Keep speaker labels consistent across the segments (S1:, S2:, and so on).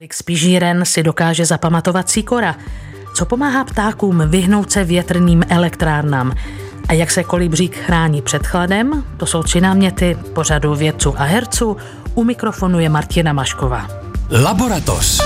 S1: Spížíren si dokáže zapamatovat síkora, co pomáhá ptákům vyhnout se větrným elektrárnám a jak se kolibřík chrání před chladem, to jsou 3 náměty pořadu vědců a herců. U mikrofonu je Martina Mašková.
S2: Laboratoř.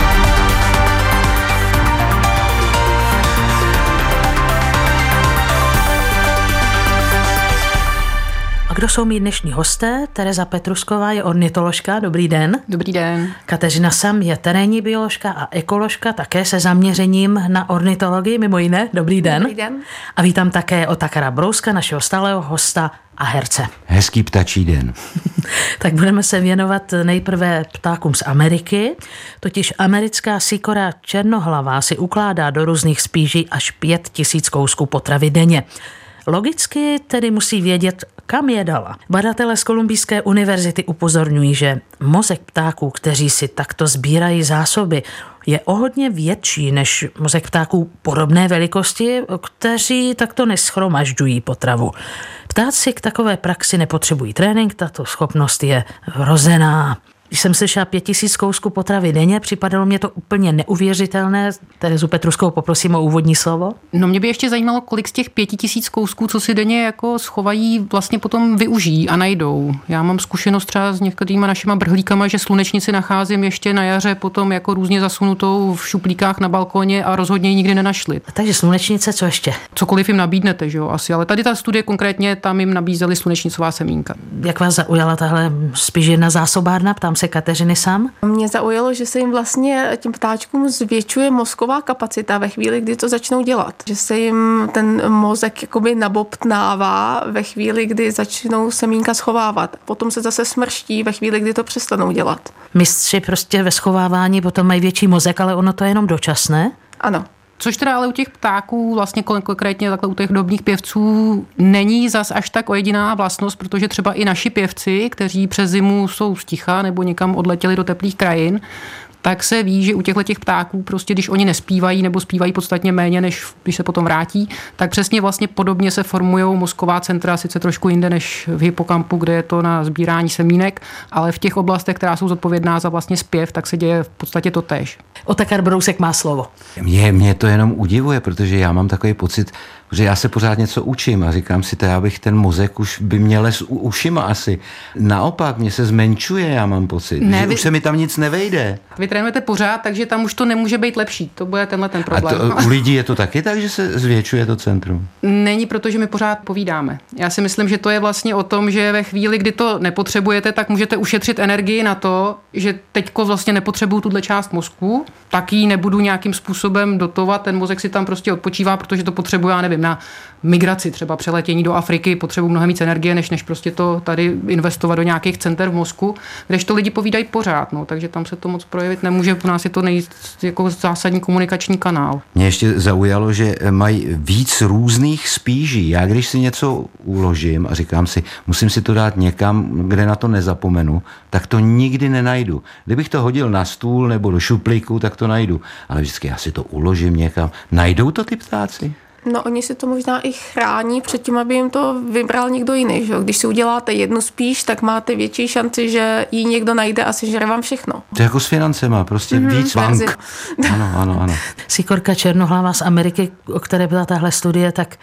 S1: A kdo jsou mý dnešní hosté? Tereza Petrusková je ornitoložka, dobrý den.
S3: Dobrý den.
S1: Kateřina Sam je terénní bioložka a ekoložka, také se zaměřením na ornitologii, mimo jiné. Dobrý den.
S3: Dobrý den.
S1: A vítám také Otakara Brouska, našeho stálého hosta a herce.
S4: Hezký ptačí den.
S1: Tak budeme se věnovat nejprve ptákům z Ameriky, totiž americká síkora černohlavá si ukládá do různých spíží až 5000 kousků potravy denně. Logicky tedy musí vědět, kam je dala. Badatelé z Kolumbijské univerzity upozorňují, že mozek ptáků, kteří si takto sbírají zásoby, je o hodně větší než mozek ptáků podobné velikosti, kteří takto neschromažďují potravu. Ptáci k takové praxi nepotřebují trénink, tato schopnost je vrozená. Když jsem slyšela 5000 kousků potravy denně, připadalo mě to úplně neuvěřitelné. Terezu Petruskovou poprosím o úvodní slovo.
S3: No mě by ještě zajímalo, kolik z těch 5000 kousků, co si denně jako schovají, vlastně potom využijí a najdou. Já mám zkušenost třeba s některýma našima brhlíkama, že slunečnici nacházím ještě na jaře potom jako různě zasunutou v šuplíkách na balkoně a rozhodně ji nikdy nenašli.
S1: Takže slunečnice, co ještě?
S3: Cokoliv jim nabídnete, že jo, asi, ale tady ta studie konkrétně, tam jim nabízeli slunečnicová semínka.
S1: Jak vás zaujala tahle spížírna zásobárna? Ptám se Kateřiny Sam.
S5: Mě zaujalo, že se jim vlastně těm ptáčkům zvětšuje mozková kapacita ve chvíli, kdy to začnou dělat. Že se jim ten mozek jakoby nabobtnává ve chvíli, kdy začnou semínka schovávat. Potom se zase smrští ve chvíli, kdy to přestanou dělat.
S1: Mistři prostě ve schovávání potom mají větší mozek, ale ono to je jenom dočasné?
S5: Ano.
S3: Což teda ale u těch ptáků, vlastně konkrétně takhle u těch drobných pěvců, není zas až tak ojediná vlastnost, protože třeba i naši pěvci, kteří přes zimu jsou sticha nebo někam odletěli do teplých krajin, tak se ví, že u těchto ptáků prostě, když oni nespívají nebo zpívají podstatně méně, než když se potom vrátí, tak přesně vlastně podobně se formujou mozková centra, sice trošku jinde než v hypokampu, kde je to na sbírání semínek, ale v těch oblastech, která jsou zodpovědná za vlastně zpěv, tak se děje v podstatě to též.
S1: Otakar Brousek má slovo.
S4: Mě to jenom udivuje, protože já mám takový pocit, že já se pořád něco učím a říkám si, já bych ten mozek už by měl les ušima asi. Naopak, mě se zmenšuje, já mám pocit, že už se mi tam nic nevejde.
S3: Vy trénujete pořád, takže tam už to nemůže být lepší. To bude tenhle ten problém.
S4: A u lidí je to taky tak, že se zvětšuje to centrum?
S3: Není, protože my pořád povídáme. Já si myslím, že to je vlastně o tom, že ve chvíli, kdy to nepotřebujete, tak můžete ušetřit energii na to, že teďko vlastně nepotřebuju tuhle část mozku, tak ji nebudu nějakým způsobem dotovat, ten mozek si tam prostě odpočívá, protože to potřebuje, já nevím, na migraci, třeba přeletění do Afriky, potřebuji mnohem víc energie, než prostě to tady investovat do nějakých center v mozku, kdežto lidi povídají pořád, no, takže tam se to moc projevit nemůže, u nás je to jako zásadní komunikační kanál.
S4: Mě ještě zaujalo, že mají víc různých spíží. Já když si něco uložím a říkám si, musím si to dát někam, kde na to nezapomenu, tak to nikdy nenajdu. Kdybych to hodil na stůl nebo do šuplíku, tak to najdu. Ale vždycky já si to uložím někam. Najdou to ty ptáci?
S5: No oni si to možná i chrání před tím, aby jim to vybral někdo jiný. Že? Když si uděláte jednu spíš, tak máte větší šanci, že ji někdo najde a sežere vám všechno.
S4: To je jako s financema, prostě víc bank. Ano.
S1: Síkorka černohlava z Ameriky, o které byla tahle studie, tak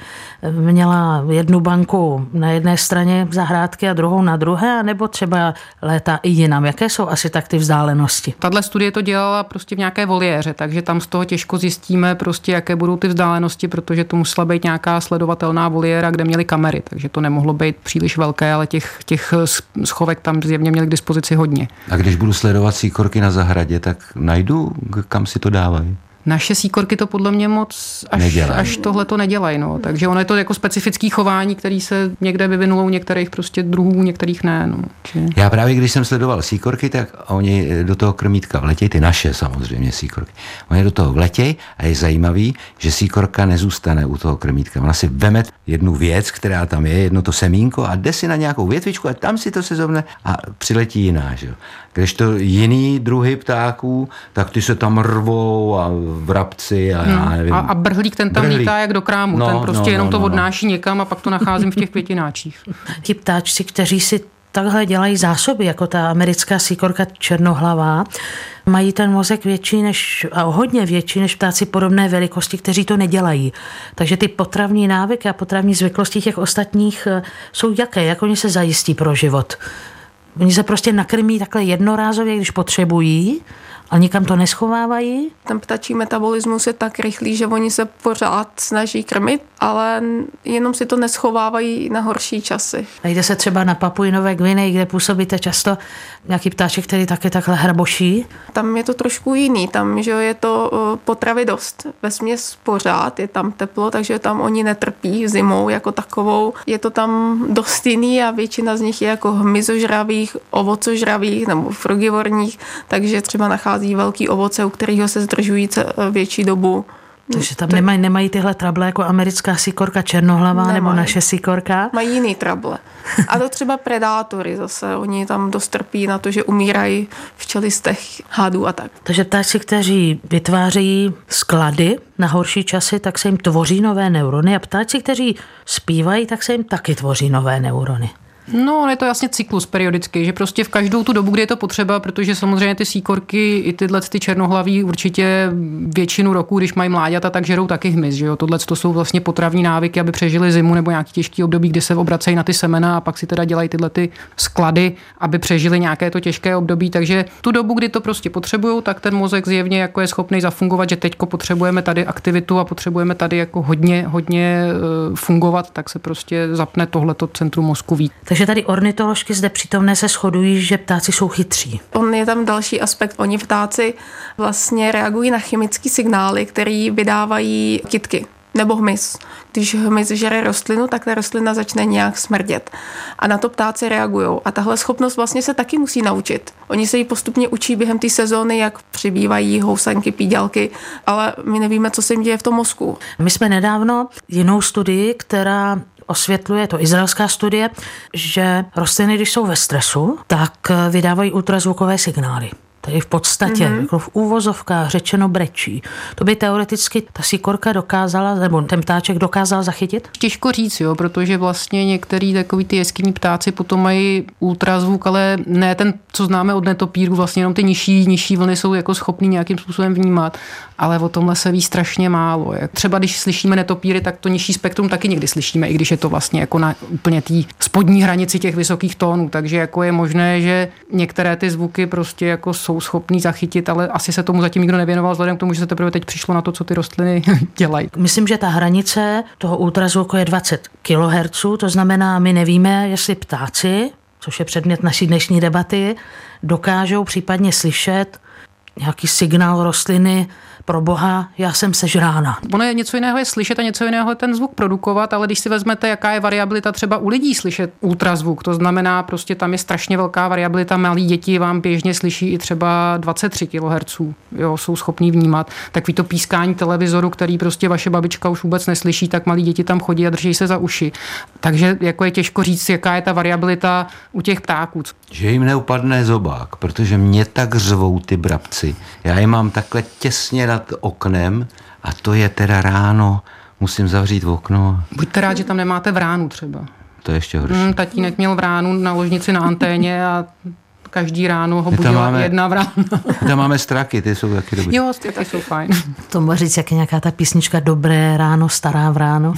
S1: měla jednu banku na jedné straně zahrádky a druhou na druhé, nebo třeba létá i jinam. Jaké jsou asi tak ty vzdálenosti?
S3: Tahle studie to dělala prostě v nějaké voliéře, takže tam z toho těžko zjistíme prostě, jaké budou ty vzdálenosti, protože to musela být nějaká sledovatelná voliéra, kde měli kamery, takže to nemohlo být příliš velké, ale těch schovek tam zjevně měli k dispozici hodně.
S4: A když budu sledovat síkorky na zahradě, tak najdu, kam si to dávají?
S3: Naše síkorky to podle mě moc až tohle to nedělají. No. Takže ono je to jako specifický chování, který se někde vyvinulo u některých prostě druhů, některých ne. No.
S4: Já právě, když jsem sledoval síkorky, tak oni do toho krmítka vletějí, ty naše samozřejmě síkorky. Oni do toho vletějí a je zajímavý, že síkorka nezůstane u toho krmítka. Ona si veme jednu věc, která tam je, jedno to semínko a jde si na nějakou větvičku a tam si to sezovne a přiletí jiná. Že? Kdežto jiný druhy ptáků, tak ty se tam rvou a vrabci a já nevím.
S3: A brhlík ten tam lítá jak do krámu, ten prostě jenom to odnáší někam a pak to nacházím v těch květináčích.
S1: Ti ptáčci, kteří si takhle dělají zásoby, jako ta americká síkorka černohlavá, mají ten mozek větší a hodně větší než ptáci podobné velikosti, kteří to nedělají. Takže ty potravní návyky a potravní zvyklosti těch ostatních jsou jaké? Jak oni se zajistí pro život? Oni se prostě nakrmí takhle jednorázově, když potřebují, a nikam to neschovávají?
S5: Ten ptačí metabolismus je tak rychlý, že oni se pořád snaží krmit, ale jenom si to neschovávají na horší časy.
S1: A jde se třeba na Papui Nové Gvineji, kde působíte často nějaký ptáček, který taky takhle hraboší?
S5: Tam je to trošku jiný, tam že je to potravy dost. Vesměs pořád je tam teplo, takže tam oni netrpí zimou jako takovou. Je to tam dost jiný a většina z nich je jako hmyzožravých, ovocožravých nebo frugivorních, takže třeba nachází velký ovoce, u kterého se zdržují větší dobu.
S1: Takže tam nemají tyhle trable jako americká síkorka černohlavá nebo naše síkorka?
S5: Mají jiný trable. A to třeba predátory zase. Oni tam dost trpí na to, že umírají v čelistech hadů a tak.
S1: Takže ptáci, kteří vytvářejí sklady na horší časy, tak se jim tvoří nové neurony a ptáci, kteří zpívají, tak se jim taky tvoří nové neurony.
S3: No, je to jasně cyklus periodický, že prostě v každou tu dobu, kdy je to potřeba, protože samozřejmě ty síkorky i tyhle ty černohlaví určitě většinu roku, když mají mláďata, tak žerou taky hmyz, že jo. Tohle to jsou vlastně potravní návyky, aby přežili zimu nebo nějaký těžký období, kdy se obracejí na ty semena a pak si teda dělají tyhle ty sklady, aby přežili nějaké to těžké období. Takže tu dobu, kdy to prostě potřebují, tak ten mozek zjevně jako je schopný zafungovat, že teďko potřebujeme tady aktivitu a potřebujeme tady jako hodně fungovat, tak se prostě zapne tohleto centrum mozku víc.
S1: Takže tady ornitoložky zde přítomné se shodují, že ptáci jsou chytří.
S5: On je tam další aspekt. Oni ptáci vlastně reagují na chemické signály, které vydávají kytky nebo hmyz. Když hmyz žere rostlinu, tak ta rostlina začne nějak smrdět. A na to ptáci reagují. A tahle schopnost vlastně se taky musí naučit. Oni se ji postupně učí během té sezóny, jak přibývají housenky, píďalky, ale my nevíme, co se jim děje v tom mozku.
S1: My jsme nedávno jinou studii, která osvětluje, to izraelská studie, že rostliny, když jsou ve stresu, tak vydávají ultrazvukové signály. Tady v podstatě, jako v úvozovkách řečeno brečí. To by teoreticky ta síkorka dokázala, nebo ten ptáček dokázal zachytit?
S3: Těžko říct, jo, protože vlastně některý takový ty jeskynní ptáci potom mají ultrazvuk, ale ne ten, co známe od netopírů, vlastně jenom ty nižší vlny jsou jako schopný nějakým způsobem vnímat, ale o tomhle se ví strašně málo. Třeba když slyšíme netopíry, tak to nižší spektrum taky někdy slyšíme, i když je to vlastně jako na úplně té spodní hranici těch vysokých tónů, takže jako je možné, že některé ty zvuky prostě jako jsou schopný zachytit, ale asi se tomu zatím nikdo nevěnoval vzhledem k tomu, že se teprve teď přišlo na to, co ty rostliny dělají.
S1: Myslím, že ta hranice toho ultrazvuku je 20 kHz, to znamená, my nevíme, jestli ptáci, což je předmět naší dnešní debaty, dokážou případně slyšet nějaký signál rostliny, pro boha, já jsem sežrána.
S3: Ono je něco jiného je slyšet a něco jiného je ten zvuk produkovat, ale když si vezmete, jaká je variabilita třeba u lidí slyšet ultrazvuk, to znamená prostě tam je strašně velká variabilita, malí děti vám běžně slyší i třeba 23 kHz, jo, jsou schopní vnímat. Takový to pískání televizoru, který prostě vaše babička už vůbec neslyší, tak malí děti tam chodí a drží se za uši. Takže jako je těžko říct, jaká je ta variabilita u těch ptáků.
S4: Že jim neupadne zobák, protože mě tak řvou ty brabci. Já je mám takhle těsně nad oknem a to je teda ráno, musím zavřít okno.
S3: Buďte rád, že tam nemáte vránu třeba.
S4: To je ještě horší.
S3: Tatínek měl vránu na ložnici na anténě a každý ráno ho budila jedna vrána.
S4: Tam máme straky, ty jsou taky dobrý.
S3: Jo, ty jsou fajn.
S1: To může říct, jak je nějaká ta písnička Dobré ráno, stará vráno.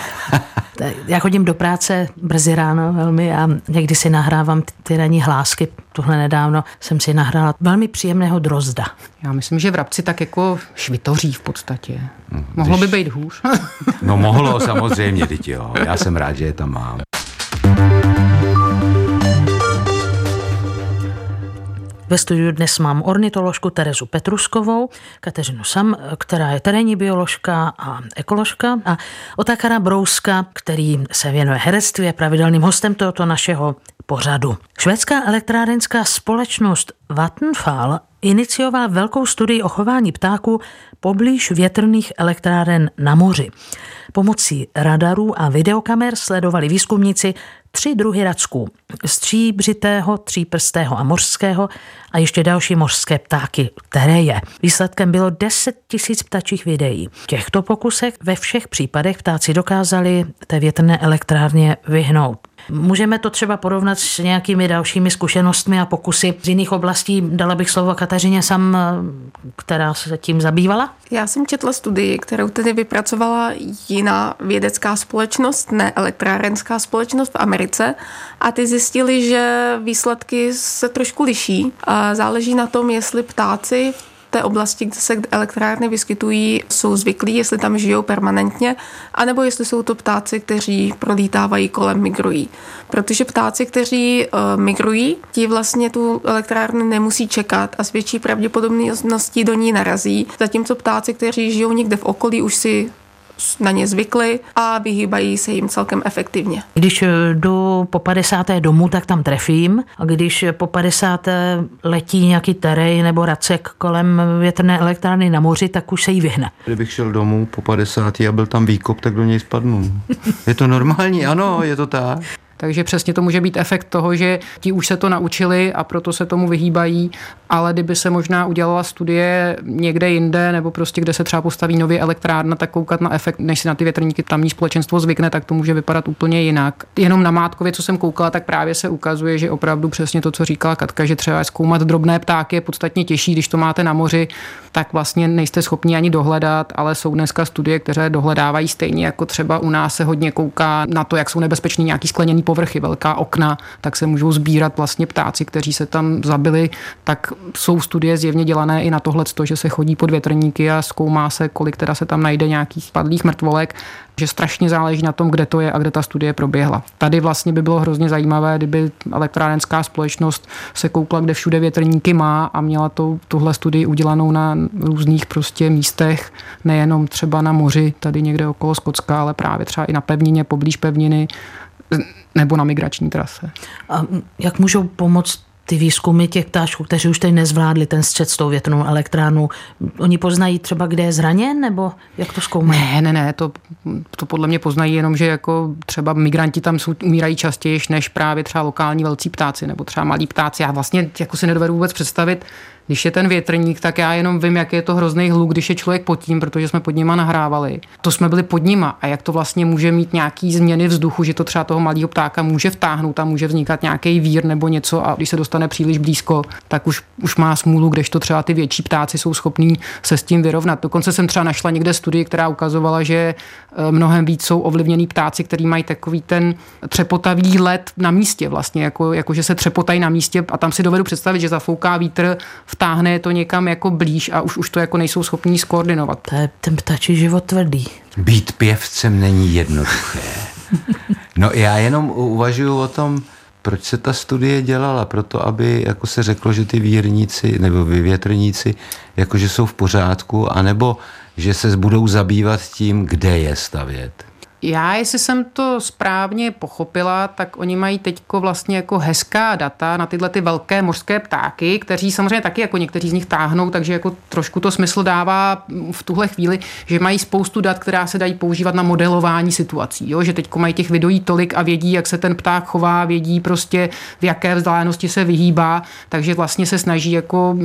S1: Já chodím do práce brzy ráno velmi a někdy si nahrávám ty ranní hlásky. Tohle nedávno jsem si nahrála velmi příjemného drozda.
S3: Já myslím, že vrabci tak jako švitoří v podstatě. Mohlo by být hůř.
S4: No mohlo samozřejmě, teď jo. Já jsem rád, že je tam mám.
S1: Ve studiu dnes mám ornitoložku Terezu Petruskovou, Kateřinu Sam, která je terénní bioložka a ekoložka, a Otakara Brouska, který se věnuje herectví, je pravidelným hostem tohoto našeho pořadu. Švédská elektrárenská společnost Vattenfall inicioval velkou studii o chování ptáků poblíž větrných elektráren na moři. Pomocí radarů a videokamer sledovali výzkumníci 3 druhy racků. Stříbřitého, tříprstého a mořského a ještě další mořské ptáky, které je. Výsledkem bylo 10 000 ptačích videí. V těchto pokusech ve všech případech ptáci dokázali té větrné elektrárně vyhnout. Můžeme to třeba porovnat s nějakými dalšími zkušenostmi a pokusy z jiných oblastí. Dala bych slovo Kateřině Sam, která se tím zabývala.
S5: Já jsem četla studii, kterou tedy vypracovala jiná vědecká společnost, ne elektrárenská společnost v Americe, a ty zjistili, že výsledky se trošku liší. A záleží na tom, jestli ptáci v té oblasti, kde se elektrárny vyskytují, jsou zvyklí, jestli tam žijou permanentně, anebo jestli jsou to ptáci, kteří prolítávají kolem, migrují. Protože ptáci, kteří migrují, ti vlastně tu elektrárnu nemusí čekat a s větší pravděpodobností do ní narazí, zatímco ptáci, kteří žijou někde v okolí, už si na ně zvykli a vyhýbají se jim celkem efektivně.
S1: Když jdu po 50. domů, tak tam trefím, a když po 50. letí nějaký terej nebo racek kolem větrné elektrárny na moři, tak už se jí vyhne.
S4: Kdybych šel domů po 50. a byl tam výkop, tak do něj spadnu. Je to normální, ano, je to tak.
S3: Takže přesně to může být efekt toho, že ti už se to naučili a proto se tomu vyhýbají, ale kdyby se možná udělala studie někde jinde, nebo prostě kde se třeba postaví nově elektrárna, tak koukat na efekt, než si na ty větrníky tamní společenstvo zvykne, tak to může vypadat úplně jinak. Jenom na Mátkově, co jsem koukala, tak právě se ukazuje, že opravdu přesně to, co říkala Katka, že třeba zkoumat drobné ptáky je podstatně těžší, když to máte na moři, tak vlastně nejste schopni ani dohledat, ale jsou dneska studie, které dohledávají stejně jako třeba u nás se hodně kouká na to, jak jsou nebezpečný nějaký skleněný povrchy, velká okna, tak se můžou sbírat vlastně ptáci, kteří se tam zabili, tak jsou studie zjevně dělané i na tohle, že se chodí pod větrníky a zkoumá se, kolik teda se tam najde nějakých padlých mrtvolek, že strašně záleží na tom, kde to je a kde ta studie proběhla. Tady vlastně by bylo hrozně zajímavé, kdyby elektrárenská společnost se koukla, kde všude větrníky má a měla tuhle studii udělanou na různých prostě místech, nejenom třeba na moři, tady někde okolo Skotska, ale právě třeba i na pevnině, poblíž pevniny, nebo na migrační trase.
S1: A jak můžou pomoct ty výzkumy těch ptáčků, kteří už teď nezvládli ten střet s tou větrnou elektrárnou? Oni poznají třeba, kde je zraněn, nebo jak to zkoumají?
S3: Ne, to podle mě poznají jenom, že jako třeba migranti tam umírají častěji než právě třeba lokální velcí ptáci nebo třeba malí ptáci. Já vlastně jako si nedovedu vůbec představit, když je ten větrník, tak já jenom vím, jak je to hrozný hluk, když je člověk pod tím, protože jsme pod nima nahrávali. To jsme byli pod nima a jak to vlastně může mít nějaký změny vzduchu, že to třeba toho malého ptáka může vtáhnout a může vznikat nějaký vír nebo něco a když se dostane příliš blízko, tak už má smůlu, kdežto třeba ty větší ptáci jsou schopní se s tím vyrovnat. Dokonce jsem třeba našla někde studii, která ukazovala, že mnohem víc jsou ovlivněný ptáci, kteří mají takový ten třepotavý let na místě vlastně, jako že se třepotají na místě a tam si dovedu představit, že zafouká vítr, vtáhne to někam jako blíž a už to jako nejsou schopní skoordinovat.
S1: To je ten ptačí život tvrdý.
S4: Být pěvcem není jednoduché. No já jenom uvažuji o tom, proč se ta studie dělala, proto aby jako se řeklo, že ty vírníci nebo větrníci jakože jsou v pořádku, anebo že se budou zabývat tím, kde je stavět.
S3: Já, jestli jsem to správně pochopila, tak oni mají teďko vlastně jako hezká data na tyhle ty velké mořské ptáky, kteří samozřejmě taky jako někteří z nich táhnou, takže jako trošku to smysl dává v tuhle chvíli, že mají spoustu dat, která se dají používat na modelování situací, jo? Že teďko mají těch videí tolik a vědí, jak se ten pták chová, vědí prostě v jaké vzdálenosti se vyhýbá, takže vlastně se snaží jako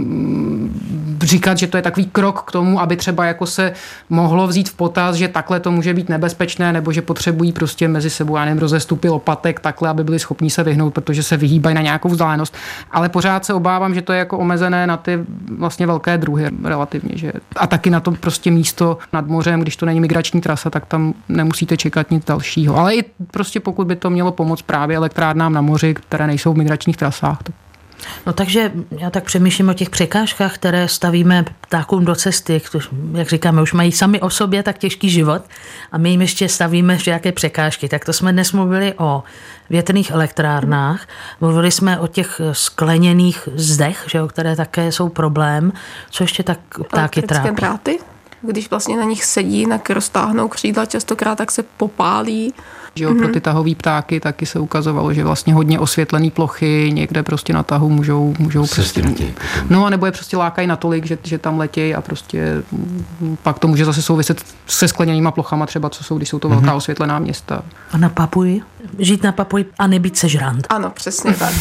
S3: říkat, že to je takový krok k tomu, aby třeba jako se mohlo vzít v potaz, že takhle to může být nebezpečné, nebo že potřebují prostě mezi sebou, já nevím, rozestupy lopatek takhle, aby byli schopní se vyhnout, protože se vyhýbají na nějakou vzdálenost. Ale pořád se obávám, že to je jako omezené na ty vlastně velké druhy relativně, že a taky na to prostě místo nad mořem, když to není migrační trasa, tak tam nemusíte čekat nic dalšího. Ale i prostě pokud by to mělo pomoct právě elektrárnám na moři, které nejsou v migračních trasách.
S1: No takže já tak přemýšlím o těch překážkách, které stavíme ptákům do cesty, jak říkáme, už mají sami o sobě tak těžký život a my jim ještě stavíme nějaké překážky. Tak to jsme dnes mluvili o větrných elektrárnách, mluvili jsme o těch skleněných zdech, že jo, které také jsou problém. Co ještě tak ptáky trápí?
S5: Dráty, když vlastně na nich sedí, tak roztáhnou křídla častokrát, tak se popálí.
S3: Pro ty tahový ptáky taky se ukazovalo, že vlastně hodně osvětlené plochy někde prostě na tahu můžou prostě... No a nebo je prostě lákají natolik, že tam letějí a prostě pak to může zase souviset se skleněnýma plochama třeba, co jsou, když jsou to velká osvětlená města.
S1: A na Papuji? Žít na Papuji a nebýt sežrant.
S5: Ano, přesně tak.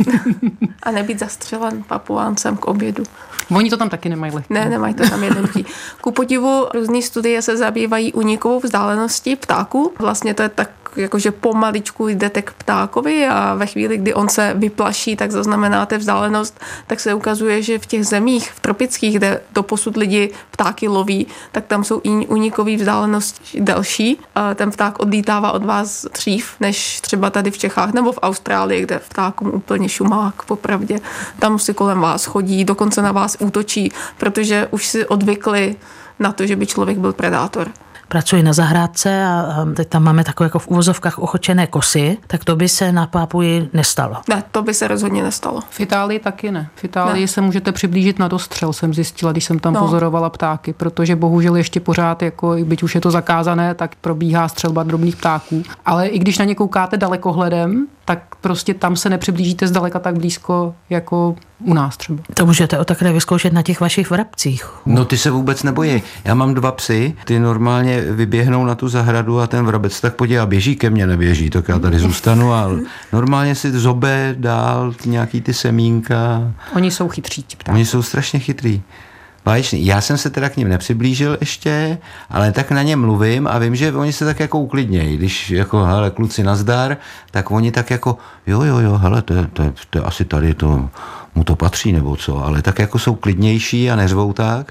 S5: A nebýt zastřelen Papuáncem k obědu.
S3: Oni to tam taky nemají lehké.
S5: Ne, nemají to tam jednoduchý. Ku podivu různý studie se zabývají únikovou vzdáleností ptáků. Vlastně to je tak jakože pomaličku jdete k ptákovi a ve chvíli, kdy on se vyplaší, tak zaznamenáte vzdálenost, tak se ukazuje, že v těch zemích, v tropických, kde doposud lidi ptáky loví, tak tam jsou i únikový vzdálenosti delší. A ten pták odlítává od vás dřív, než třeba tady v Čechách nebo v Austrálii, kde ptákům úplně šumák, popravdě. Tam si kolem vás chodí, dokonce na vás útočí, protože už si odvykli na to, že by člověk byl predátor.
S1: Pracuji na zahrádce a teď tam máme takové jako v uvozovkách ochočené kosy, tak to by se na Pápui nestalo.
S5: Ne, to by se rozhodně nestalo.
S3: V Itálii taky ne. V Itálii se můžete přiblížit na dostřel, jsem zjistila, když jsem tam pozorovala ptáky, protože bohužel ještě pořád, jako, byť už je to zakázané, tak probíhá střelba drobných ptáků. Ale i když na ně koukáte dalekohledem, tak prostě tam se nepřiblížíte zdaleka tak blízko, jako u nás třeba.
S1: To můžete o takhle vyzkoušet na těch vašich vrabcích.
S4: No ty se vůbec nebojí. Já mám 2 psy, ty normálně vyběhnou na tu zahradu a ten vrabec tak podívá, běží ke mně, neběží, tak já tady zůstanu a normálně si zobe dál nějaký ty semínka.
S3: Oni jsou chytří, ti ptáci.
S4: Oni jsou strašně chytrý. Báječný. Já jsem se teda k ním nepřiblížil ještě, ale tak na ně mluvím a vím, že oni se tak jako uklidnějí. Když jako, hele, kluci nazdar, tak oni tak jako, jo, hele, to asi tady to, mu to patří nebo co, ale tak jako jsou klidnější a neřvou tak.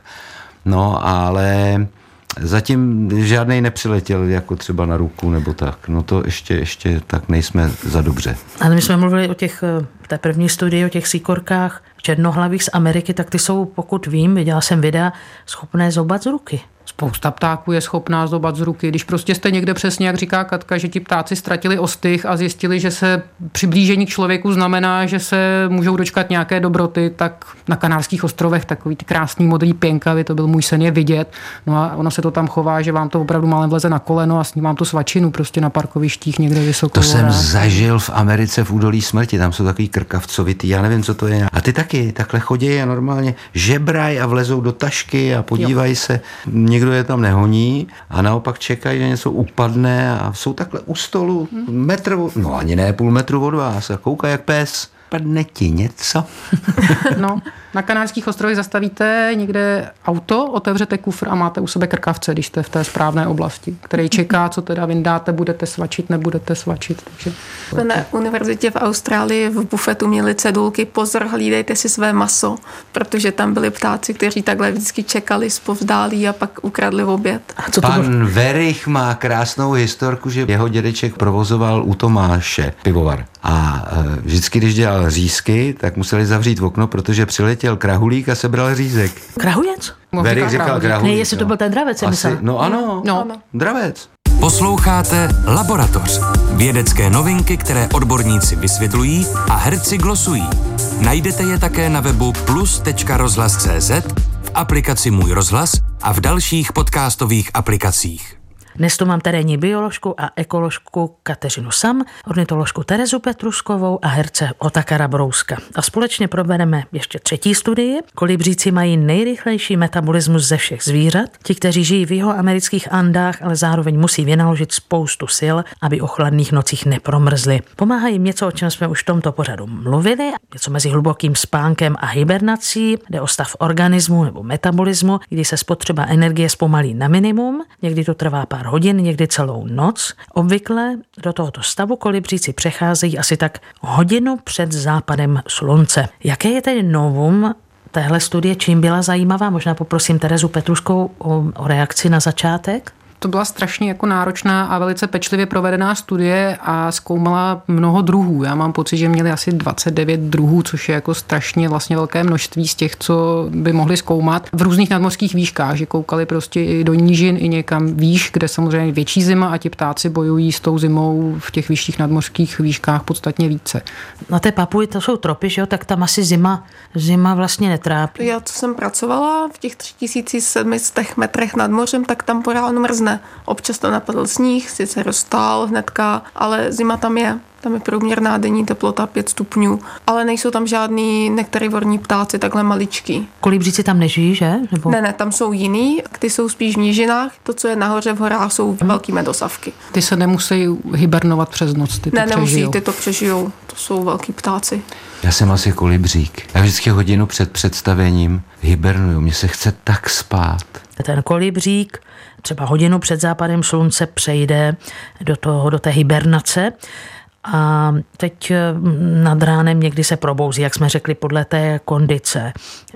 S4: No, ale zatím žádnej nepřiletěl jako třeba na ruku nebo tak. No to ještě tak nejsme za dobře.
S1: Ale my jsme mluvili o té první studii, o těch síkorkách černohlavých z Ameriky, tak ty jsou, pokud vím, viděla jsem videa, schopné zobat z ruky.
S3: Spousta ptáků je schopná zobat z ruky. Když prostě jste někde přesně, jak říká Katka, že ti ptáci ztratili ostych a zjistili, že se přiblížení k člověku znamená, že se můžou dočkat nějaké dobroty, tak na Kanárských ostrovech takový ty krásný modrý pěnkavy, to byl můj sen je vidět. No a ono se to tam chová, že vám to opravdu málem vleze na koleno a snímám tu svačinu prostě na parkovištích někde vysoko.
S4: To jsem zažil v Americe v Údolí smrti, tam jsou takový krkavcovitý, já nevím, co to je. A ty taky takhle chodí a normálně žebrají a vlezou do tašky a podívají se. Nikdo je tam nehoní a naopak čekají, že něco upadne a jsou takhle u stolu metr, no ani ne půl metru od vás a koukají jak pes. Padne ti něco?
S3: No, na Kanárských ostrovech zastavíte někde auto, otevřete kufr a máte u sebe krkavce, když jste v té správné oblasti, který čeká, co teda vyndáte, budete svačit, nebudete svačit. Takže...
S5: Na univerzitě v Austrálii v bufetu měli cedulky, pozor, hlídejte si své maso, protože tam byli ptáci, kteří takhle vždycky čekali zpovzdálí a pak ukradli oběd.
S4: Pan Verich má krásnou historku, že jeho dědeček provozoval u Tomáše pivovar a vždycky, když dělal řízky, tak museli zavřít okno, protože přiletěl krahulík a sebral řízek.
S1: Krahulec?
S4: Verich říkal krahulík.
S1: Ne, jestli to byl ten dravec,
S4: Asi, no ano, dravec.
S2: Posloucháte Laboratoř. Vědecké novinky, které odborníci vysvětlují a herci glosují. Najdete je také na webu plus.rozhlas.cz, v aplikaci Můj rozhlas a v dalších podcastových aplikacích.
S1: Dnes tu mám terénní bioložku a ekoložku Kateřinu Sam, ornitoložku Terezu Petruskovou a herce Otakara Brouska. A společně probereme ještě 3. studii. Kolibříci mají nejrychlejší metabolismus ze všech zvířat. Ti, kteří žijí v jihoamerických Andách, ale zároveň musí vynaložit spoustu sil, aby o chladných nocích nepromrzli. Pomáhá jim něco, o čem jsme už v tomto pořadu mluvili, něco mezi hlubokým spánkem a hibernací, jde o stav organismu nebo metabolismu, kdy se spotřeba energie zpomalí na minimum, někdy to trvá pár hodin, někdy celou noc. Obvykle do tohoto stavu kolibříci přecházejí asi tak hodinu před západem slunce. Jaké je tedy novum téhle studie, čím byla zajímavá? Možná poprosím Terezu Petruskovou o reakci na začátek.
S3: To byla strašně jako náročná a velice pečlivě provedená studie a zkoumala mnoho druhů. Já mám pocit, že měli asi 29 druhů, což je jako strašně vlastně velké množství z těch, co by mohli zkoumat v různých nadmořských výškách, že koukali prostě i do nížin, i někam výš, kde samozřejmě větší zima a ti ptáci bojují s tou zimou v těch vyšších nadmořských výškách podstatně více.
S1: Na té Papui to jsou tropy, že jo, tak tam asi zima vlastně netrápí.
S5: Já, co jsem pracovala v těch 3700 metrech nad mořem, tak tam pořád mrzne. Občas to napadl sníh, sice roztál hnedka, ale zima tam je. Tam je průměrná denní teplota 5 stupňů, ale nejsou tam žádný nektarivorní ptáci, takhle maličký.
S1: Kolibříci tam nežijí, že? Nebo...
S5: Ne, tam jsou jiný, ty jsou spíš v nížinách, to, co je nahoře v horách, jsou velký medosavky.
S3: Ty se nemusí hibernovat přes noc, ty to přežijou.
S5: Nemusí, ty to přežijou, to jsou velký ptáci.
S4: Já jsem asi kolibřík. Já vždycky hodinu před představením hibernuju, mně se chce tak spát.
S1: ten kolibřík třeba hodinu před západem slunce přejde do té hibernace a teď nad ránem někdy se probouzí, jak jsme řekli, podle té kondice.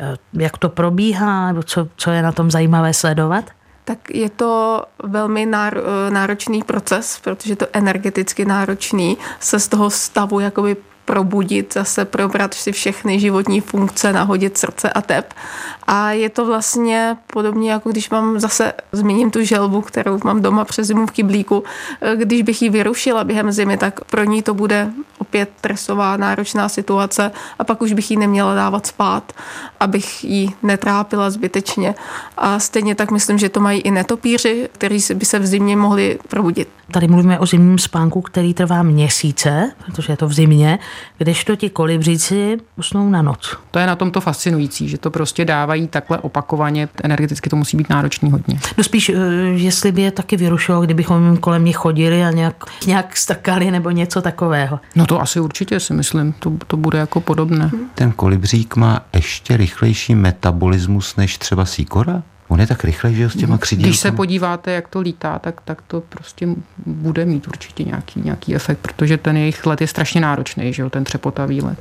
S1: Jak to probíhá, co je na tom zajímavé sledovat?
S5: Tak je to velmi náročný proces, protože je to energeticky náročný se z toho stavu jakoby probudit, zase probrat si všechny životní funkce, nahodit srdce a tep. A je to vlastně podobně, jako když zmíním tu želvu, kterou mám doma přes zimu v kyblíku. Když bych ji vyrušila během zimy, tak pro ní to bude opět stresová, náročná situace a pak už bych ji neměla dávat spát, abych ji netrápila zbytečně. A stejně tak myslím, že to mají i netopíři, kteří by se v zimě mohli probudit.
S1: Tady mluvíme o zimním spánku, který trvá měsíce, protože je to v zimě, kdežto ti kolibříci usnou na noc.
S3: To je na tom to fascinující, že to prostě dávají takhle opakovaně, energeticky to musí být náročný hodně.
S1: No spíš, jestli by je taky vyrušilo, kdybychom kolem nich chodili a nějak strkali nebo něco takového.
S3: No to asi určitě si myslím, to bude jako podobné.
S4: Ten kolibřík má ještě rychlejší metabolismus než třeba síkora? On je tak rychle, že s těma křidílkama.
S3: Když se podíváte, jak to lítá, tak to prostě bude mít určitě nějaký efekt, protože ten jejich let je strašně náročný, že jo, ten třepotavý let.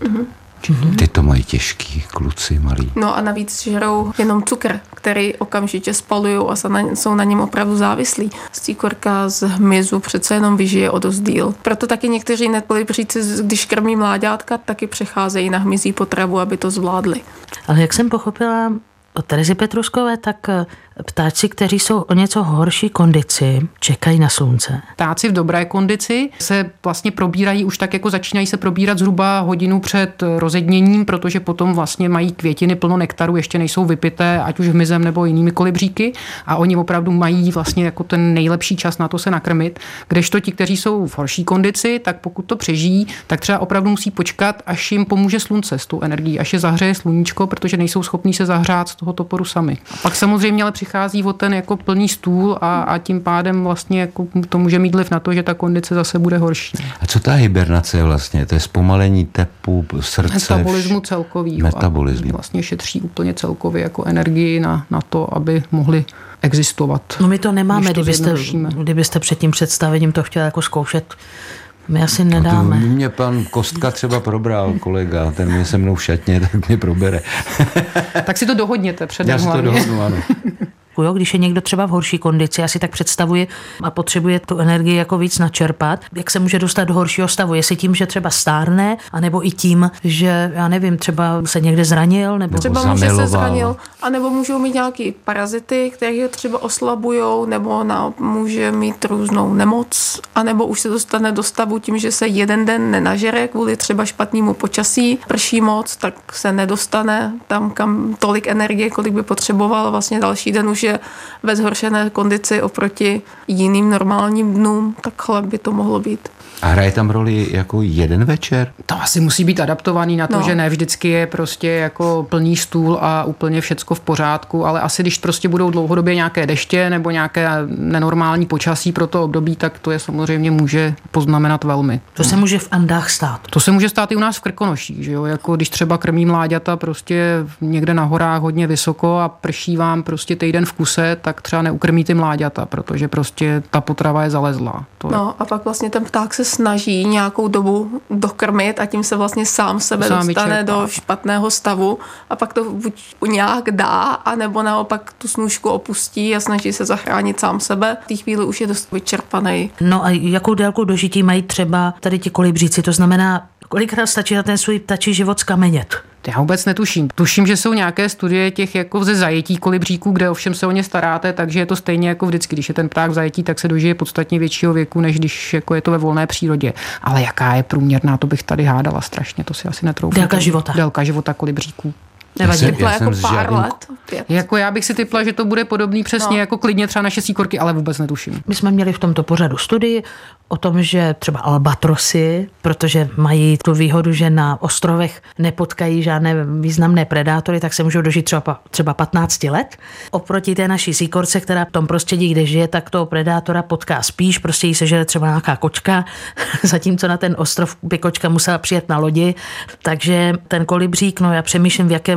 S4: Ty to mají těžký, kluci malí.
S5: No a navíc žerou jenom cukr, který okamžitě spalujou a jsou na něm opravdu závislí. Síkorka z hmyzu přece jenom vyžije o dost díl. Proto taky někteří kolibříci, když krmí mláďátka, taky přecházejí na hmyzí potravu, aby to zvládli.
S1: Ale jak jsem pochopila od Terezy Petruskové, tak ptáci, kteří jsou o něco horší kondici, čekají na slunce.
S3: Ptáci v dobré kondici se vlastně probírají, už tak jako začínají se probírat zhruba hodinu před rozedněním, protože potom vlastně mají květiny plno nektaru, ještě nejsou vypité, ať už hmyzem nebo jinými kolibříky a oni opravdu mají vlastně jako ten nejlepší čas na to se nakrmit. Kdežto ti, kteří jsou v horší kondici, tak pokud to přežijí, tak třeba opravdu musí počkat, až jim pomůže slunce s tou energií, až je zahřeje sluníčko, protože nejsou schopní se zahřát z toho toporu sami. A pak samozřejmě ale přichází o ten jako plný stůl a tím pádem vlastně jako to může mít vliv na to, že ta kondice zase bude horší.
S4: A co ta hibernace vlastně? To je zpomalení tepu, srdce?
S3: Metabolismu celkovýho.
S4: Metabolismu.
S3: Vlastně šetří úplně celkově jako energii na to, aby mohli existovat.
S1: No my to nemáme, kdybyste před tím představením to chtěla jako zkoušet. My asi nedáme.
S4: No mě pan Kostka třeba probral, kolega, ten mě se mnou v šatně, tak mě probere.
S3: Tak si to dohodněte předem.
S4: Já si to dohodnu, ano.
S1: Jo, když je někdo třeba v horší kondici, já si tak představuji a potřebuje tu energii jako víc načerpat, jak se může dostat do horšího stavu? Jestli tím, že třeba stárne, anebo i tím, že, já nevím, třeba se někde zranil, nebo
S5: třeba může se zranil, anebo můžou mít nějaký parazity, které ho třeba oslabujou, nebo může mít různou nemoc, anebo už se dostane do stavu tím, že se jeden den nenažere kvůli třeba špatnému počasí, prší moc, tak se nedostane tam, kam tolik energie, kolik by potřeboval, vlastně další den už je ve zhoršené kondici oproti jiným normálním dnům, takhle by to mohlo být.
S4: A hraje tam roli jako jeden večer?
S3: To asi musí být adaptovaný na to, že ne vždycky je prostě jako plný stůl a úplně všecko v pořádku, ale asi když prostě budou dlouhodobě nějaké deště nebo nějaké nenormální počasí pro to období, tak to je samozřejmě může poznamenat velmi.
S1: To se může v Andách stát.
S3: To se může stát i u nás v Krkonoších, že jo? Jako když třeba krmí mláďata prostě někde na horách hodně vysoko a prší vám prostě týden v kuse, tak třeba neukrmí ty mláďata, protože prostě ta potrava je zalezlá.
S5: A pak vlastně ten pták se snaží nějakou dobu dokrmit a tím se vlastně sám sebe dostane do špatného stavu a pak to buď nějak dá, anebo naopak tu snůšku opustí a snaží se zachránit sám sebe. V té chvíli už je dost vyčerpaný.
S1: No a jakou délku dožití mají třeba tady ti kolibříci? To znamená, kolikrát stačí na ten svůj ptačí život skamenět?
S3: Já vůbec netuším. Tuším, že jsou nějaké studie těch jako ze zajetí kolibříků, kde ovšem se o ně staráte, takže je to stejně jako vždycky. Když je ten pták v zajetí, tak se dožije podstatně většího věku, než když jako je to ve volné přírodě. Ale jaká je průměrná, to bych tady hádala strašně, to si asi netroufnu. Délka života kolibříků.
S5: Nevadí, jako pár let.
S3: Jako já bych si typla, že to bude podobný přesně jako klidně třeba naše síkorky, ale vůbec netuším.
S1: My jsme měli v tomto pořadu studii o tom, že třeba albatrosy, protože mají tu výhodu, že na ostrovech nepotkají žádné významné predátory, tak se můžou dožít třeba 15 let. Oproti té naší síkorce, která v tom prostředí, kde žije, tak toho predátora potká spíš, prostě jí sežere třeba nějaká kočka, zatímco na ten ostrov by kočka musela přijet na lodi. Takže ten kolibřík, no já přemýšlím, v jakém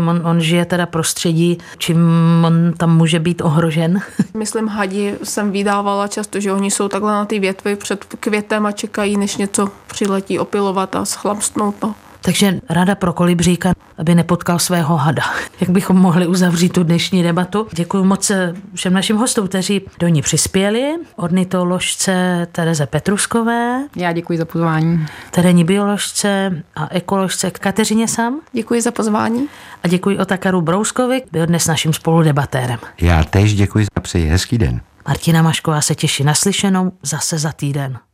S1: on žije teda prostředí, čím on tam může být ohrožen?
S5: Myslím, hadi jsem vydávala často, že oni jsou takhle na ty větvy před květem a čekají, než něco přiletí opilovat a schlamstnout to.
S1: Takže rada pro kolibříka, aby nepotkal svého hada. Jak bychom mohli uzavřít tu dnešní debatu? Děkuji moc všem našim hostům, kteří do ní přispěli. Ornitoložce Tereze Petruskové.
S3: Já děkuji za pozvání.
S1: Terénní bioložce a ekoložce Kateřině Sam.
S5: Děkuji za pozvání.
S1: A děkuji Otakaru Brouskovi, byl dnes naším spoludebatérem.
S4: Já též děkuji a přeji hezký den.
S1: Martina Mašková se těší na slyšenou zase za týden.